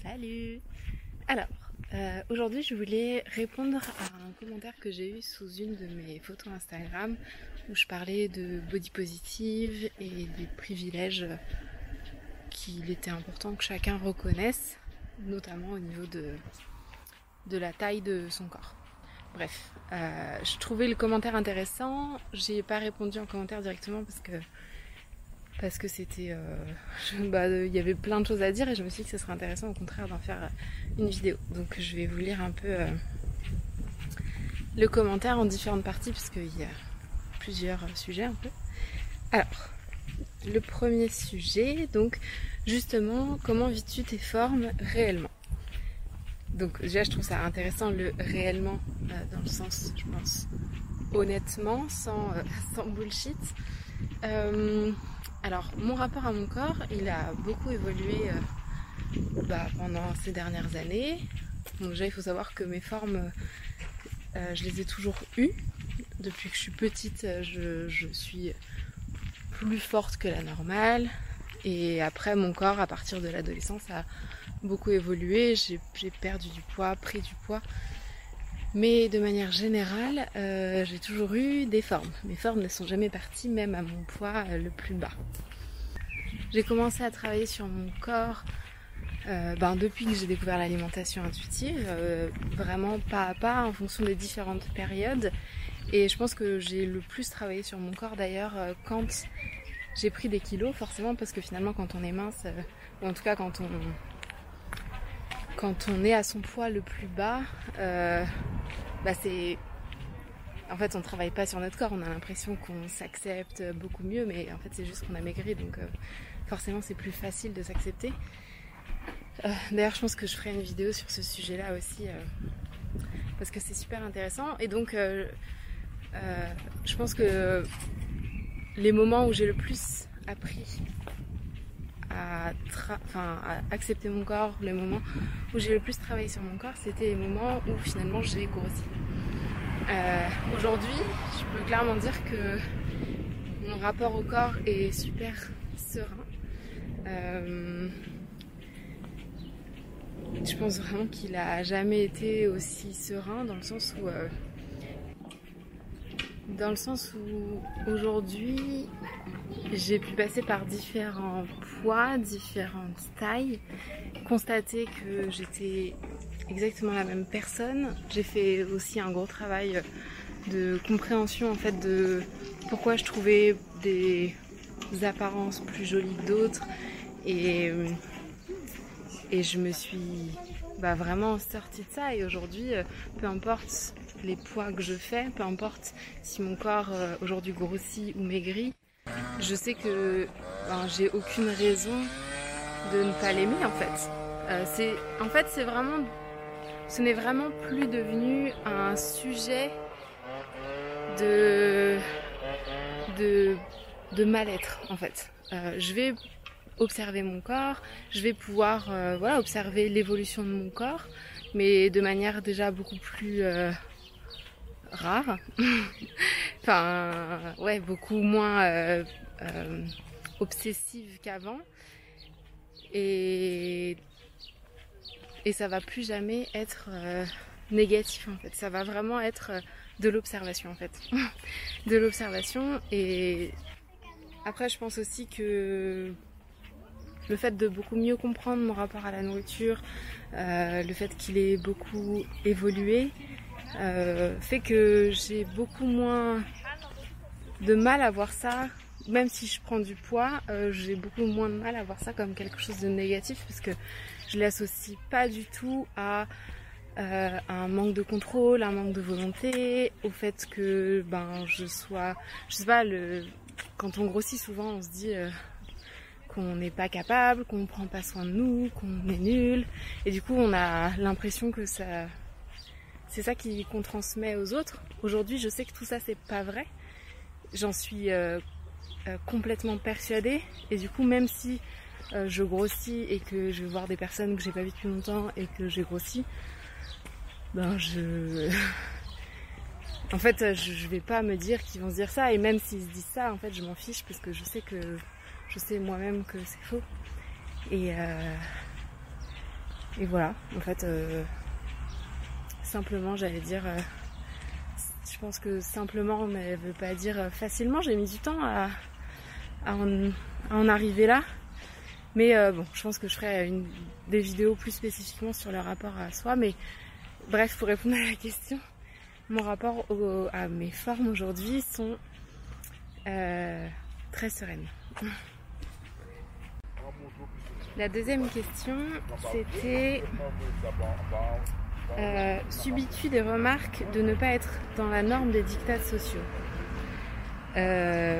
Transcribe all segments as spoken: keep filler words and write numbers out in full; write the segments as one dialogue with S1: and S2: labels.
S1: Salut! Alors, euh, aujourd'hui je voulais répondre à un commentaire que j'ai eu sous une de mes photos Instagram où je parlais de body positive et des privilèges qu'il était important que chacun reconnaisse, notamment au niveau de, de la taille de son corps. Bref, euh, je trouvais le commentaire intéressant, j'ai pas répondu en commentaire directement parce que parce que c'était euh, bah, il y avait plein de choses à dire et je me suis dit que ce serait intéressant au contraire d'en faire une vidéo. Donc je vais vous lire un peu euh, le commentaire en différentes parties parce qu'il y a plusieurs sujets un peu. Alors, le premier sujet, donc justement, comment vis-tu tes formes réellement? Donc déjà je trouve ça intéressant le réellement euh, dans le sens, je pense, honnêtement, sans, euh, sans bullshit. Euh, alors mon rapport à mon corps, il a beaucoup évolué euh, bah, pendant ces dernières années. Donc déjà il faut savoir que mes formes, euh, je les ai toujours eues. Depuis que je suis petite, je, je suis plus forte que la normale. Et après mon corps, à partir de l'adolescence, a beaucoup évolué. J'ai, j'ai perdu du poids, pris du poids. Mais de manière générale, euh, j'ai toujours eu des formes. Mes formes ne sont jamais parties, même à mon poids euh, le plus bas. J'ai commencé à travailler sur mon corps euh, ben, depuis que j'ai découvert l'alimentation intuitive, euh, vraiment pas à pas, en fonction des différentes périodes. Et je pense que j'ai le plus travaillé sur mon corps d'ailleurs euh, quand j'ai pris des kilos, forcément, parce que finalement quand on est mince, euh, ou en tout cas quand on... Quand on est à son poids le plus bas, euh, bah c'est... En fait, on ne travaille pas sur notre corps, on a l'impression qu'on s'accepte beaucoup mieux, mais en fait, c'est juste qu'on a maigri, donc euh, forcément, c'est plus facile de s'accepter. Euh, d'ailleurs, je pense que je ferai une vidéo sur ce sujet-là aussi, euh, parce que c'est super intéressant. Et donc, euh, euh, je pense que les moments où j'ai le plus appris À, tra- enfin, à accepter mon corps, les moments où j'ai le plus travaillé sur mon corps, c'était les moments où finalement j'ai grossi. Euh, aujourd'hui, je peux clairement dire que mon rapport au corps est super serein. Euh, je pense vraiment qu'il a jamais été aussi serein dans le sens où euh, dans le sens où aujourd'hui j'ai pu passer par différents poids, différentes tailles, constater que j'étais exactement la même personne. J'ai fait aussi un gros travail de compréhension en fait de pourquoi je trouvais des apparences plus jolies que d'autres et, et je me suis bah, vraiment sortie de ça et aujourd'hui peu importe les poids que je fais, peu importe si mon corps euh, aujourd'hui grossit ou maigrit, je sais que ben, j'ai aucune raison de ne pas l'aimer en fait. Euh, c'est, en fait, c'est vraiment, ce n'est vraiment plus devenu un sujet de, de, de mal-être en fait. Euh, je vais observer mon corps, je vais pouvoir euh, voilà, observer l'évolution de mon corps, mais de manière déjà beaucoup plus euh, rare. Enfin, ouais, beaucoup moins euh, euh, obsessive qu'avant. Et, et ça va plus jamais être euh, négatif en fait. Ça va vraiment être euh, de l'observation en fait. De l'observation. Et après, je pense aussi que le fait de beaucoup mieux comprendre mon rapport à la nourriture, euh, le fait qu'il ait beaucoup évolué, Euh, fait que j'ai beaucoup moins de mal à voir ça, même si je prends du poids, euh, j'ai beaucoup moins de mal à voir ça comme quelque chose de négatif parce que je l'associe pas du tout à euh, un manque de contrôle, un manque de volonté, au fait que ben je sois, je sais pas, le, quand on grossit souvent on se dit euh, qu'on n'est pas capable, qu'on ne prend pas soin de nous, qu'on est nul, et du coup on a l'impression que ça c'est ça qui, qu'on transmet aux autres. Aujourd'hui, je sais que tout ça, c'est pas vrai. J'en suis euh, euh, complètement persuadée. Et du coup, même si euh, je grossis et que je vais voir des personnes que j'ai pas vues depuis longtemps et que j'ai grossi, ben je... en fait, je, je vais pas me dire qu'ils vont se dire ça. Et même s'ils se disent ça, en fait, je m'en fiche parce que je sais que je sais moi-même que c'est faux. Et... Euh... et voilà, en fait, euh, simplement, j'allais dire, euh, je pense que simplement ne veut pas dire facilement. J'ai mis du temps à, à, en, à en arriver là. Mais euh, bon, je pense que je ferai une, des vidéos plus spécifiquement sur le rapport à soi. Mais bref, pour répondre à la question, mon rapport au, à mes formes aujourd'hui sont euh, très sereines. La deuxième question, c'était euh, subis-tu des remarques de ne pas être dans la norme des dictats sociaux? euh...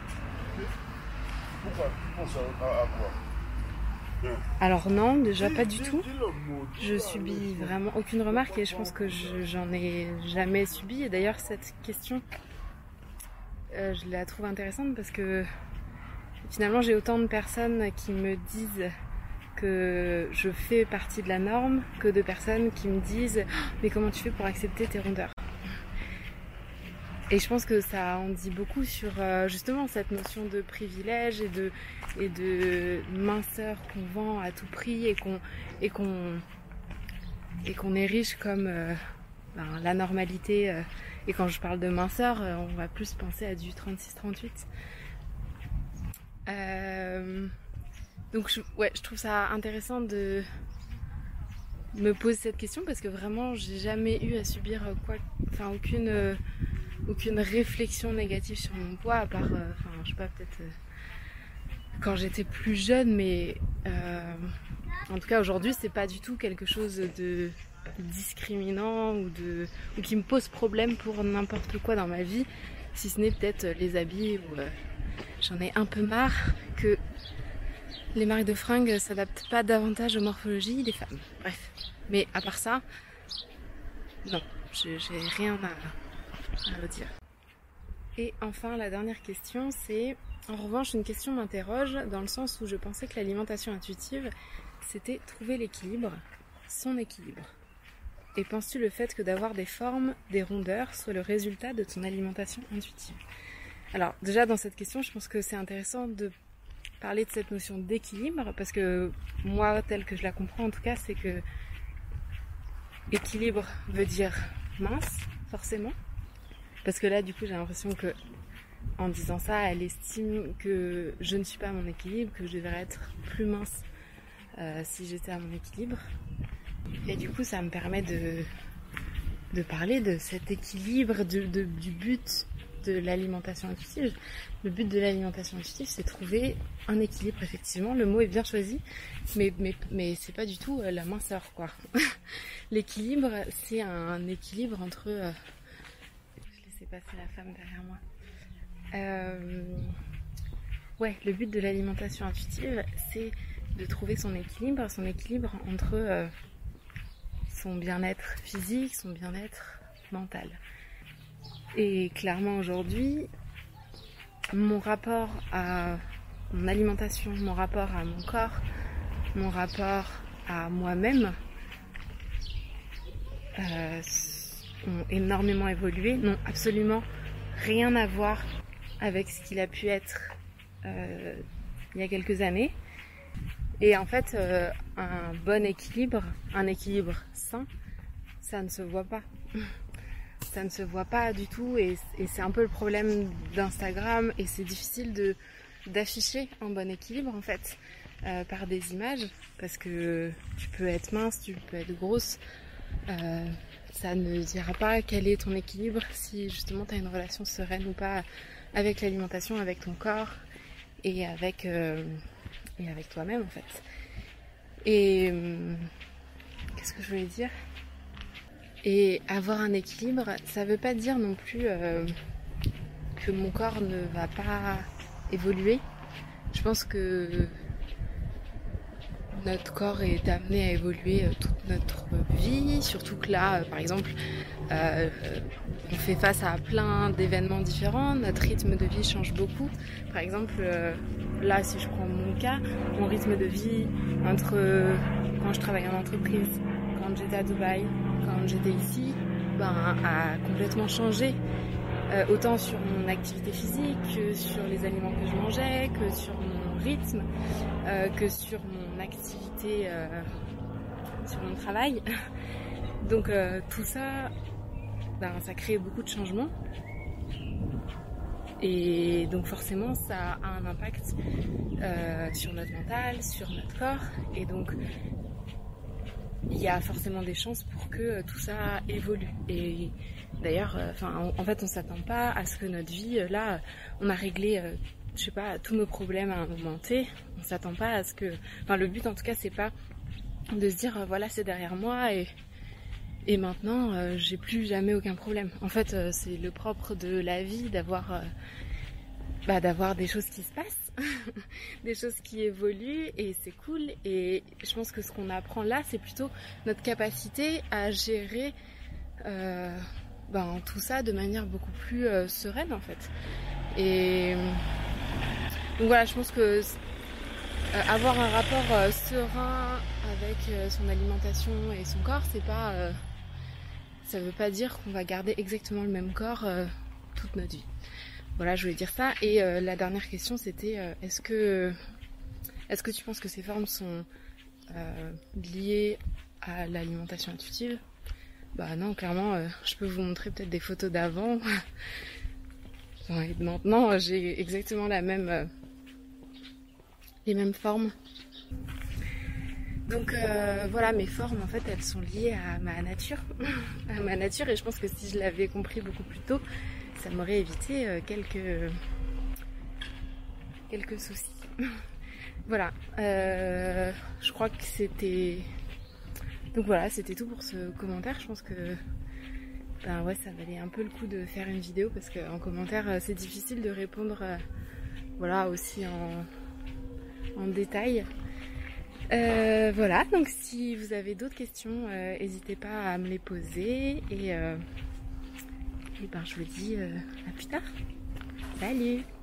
S1: Alors non, déjà pas du tout. Je subis vraiment aucune remarque et je pense que je, j'en ai jamais subi. Et d'ailleurs cette question, euh, je la trouve intéressante parce que finalement j'ai autant de personnes qui me disent que je fais partie de la norme que de personnes qui me disent oh, mais comment tu fais pour accepter tes rondeurs? Et je pense que ça en dit beaucoup sur euh, justement cette notion de privilège et de, et de minceur qu'on vend à tout prix et qu'on et qu'on et qu'on érige comme euh, ben, la normalité. Euh, et quand je parle de minceur, euh, on va plus penser à du trente-six trente-huit. Euh, donc je, ouais, je trouve ça intéressant de me poser cette question parce que vraiment j'ai jamais eu à subir quoi, enfin aucune euh, aucune réflexion négative sur mon poids à part, euh, enfin je sais pas, peut-être euh, quand j'étais plus jeune, mais euh, en tout cas aujourd'hui c'est pas du tout quelque chose de discriminant ou de ou qui me pose problème pour n'importe quoi dans ma vie, si ce n'est peut-être les habits où euh, j'en ai un peu marre que les marques de fringues s'adaptent pas davantage aux morphologies des femmes. Bref, mais à part ça, non, j'ai rien à, à redire. Et enfin, la dernière question, c'est en revanche une question m'interroge dans le sens où je pensais que l'alimentation intuitive, c'était trouver l'équilibre, son équilibre. Et penses-tu le fait que d'avoir des formes, des rondeurs, soit le résultat de ton alimentation intuitive? Alors déjà dans cette question, je pense que c'est intéressant de parler de cette notion d'équilibre parce que moi, tel que je la comprends en tout cas, c'est que équilibre veut dire mince, forcément. Parce que là, du coup, j'ai l'impression que en disant ça, elle estime que je ne suis pas à mon équilibre, que je devrais être plus mince euh, si j'étais à mon équilibre. Et du coup, ça me permet de, de parler de cet équilibre, de, de, du but de l'alimentation intuitive. Le but de l'alimentation intuitive, c'est trouver un équilibre, effectivement. Le mot est bien choisi, mais, mais, mais c'est pas du tout la minceur, quoi. L'équilibre, c'est un équilibre entre... Euh... Je laissais passer la femme derrière moi. Euh... Ouais, le but de l'alimentation intuitive, c'est de trouver son équilibre, son équilibre entre euh, son bien-être physique, son bien-être mental. Et clairement aujourd'hui, mon rapport à mon alimentation, mon rapport à mon corps, mon rapport à moi-même euh, ont énormément évolué, n'ont absolument rien à voir avec ce qu'il a pu être euh, il y a quelques années. Et en fait, euh, un bon équilibre, un équilibre sain, ça ne se voit pas. Ça ne se voit pas du tout et, et c'est un peu le problème d'Instagram et c'est difficile de d'afficher un bon équilibre en fait euh, par des images parce que tu peux être mince, tu peux être grosse, euh, ça ne dira pas quel est ton équilibre si justement tu as une relation sereine ou pas avec l'alimentation, avec ton corps et avec, euh, et avec toi-même en fait. Et euh, qu'est-ce que je voulais dire ? Et avoir un équilibre, ça veut pas dire non plus euh, que mon corps ne va pas évoluer. Je pense que notre corps est amené à évoluer toute notre vie, surtout que là, par exemple, euh, on fait face à plein d'événements différents, notre rythme de vie change beaucoup. Par exemple, euh, là, si je prends mon cas, mon rythme de vie entre euh, quand je travaille en entreprise, quand j'étais à Dubaï, quand j'étais ici, ben, a complètement changé. Euh, autant sur mon activité physique, que sur les aliments que je mangeais, que sur mon rythme, euh, que sur mon activité euh, sur mon travail. Donc euh, tout ça, ben, ça crée beaucoup de changements. Et donc forcément ça a un impact euh, sur notre mental, sur notre corps. Et donc il y a forcément des chances pour que tout ça évolue. Et d'ailleurs, enfin, en fait on s'attend pas à ce que notre vie, là, on a réglé, euh, je sais pas, tous nos problèmes à un moment T. On s'attend pas à ce que... Enfin le but en tout cas c'est pas de se dire, voilà c'est derrière moi et... Et maintenant, euh, j'ai plus jamais aucun problème. En fait, euh, c'est le propre de la vie d'avoir, euh, bah, d'avoir des choses qui se passent, des choses qui évoluent, et c'est cool. Et je pense que ce qu'on apprend là, c'est plutôt notre capacité à gérer euh, ben, tout ça de manière beaucoup plus euh, sereine, en fait. Et donc voilà, je pense que euh, avoir un rapport euh, serein avec euh, son alimentation et son corps, c'est pas euh, ça veut pas dire qu'on va garder exactement le même corps euh, toute notre vie. Voilà, je voulais dire ça. Et euh, la dernière question, c'était euh, est-ce que est-ce que tu penses que ces formes sont euh, liées à l'alimentation intuitive? Bah non, clairement, euh, je peux vous montrer peut-être des photos d'avant. Enfin, et de maintenant, j'ai exactement la même euh, les mêmes formes. Donc euh, voilà, mes formes en fait elles sont liées à ma nature, à ma nature, et je pense que si je l'avais compris beaucoup plus tôt, ça m'aurait évité euh, quelques quelques soucis. Voilà, euh, je crois que c'était donc voilà, c'était tout pour ce commentaire. Je pense que ben ouais, ça valait un peu le coup de faire une vidéo parce qu'en commentaire c'est difficile de répondre euh, voilà aussi en en détail. Euh, voilà, donc si vous avez d'autres questions, n'hésitez euh, pas à me les poser et, euh, et ben je vous dis euh, à plus tard. Salut!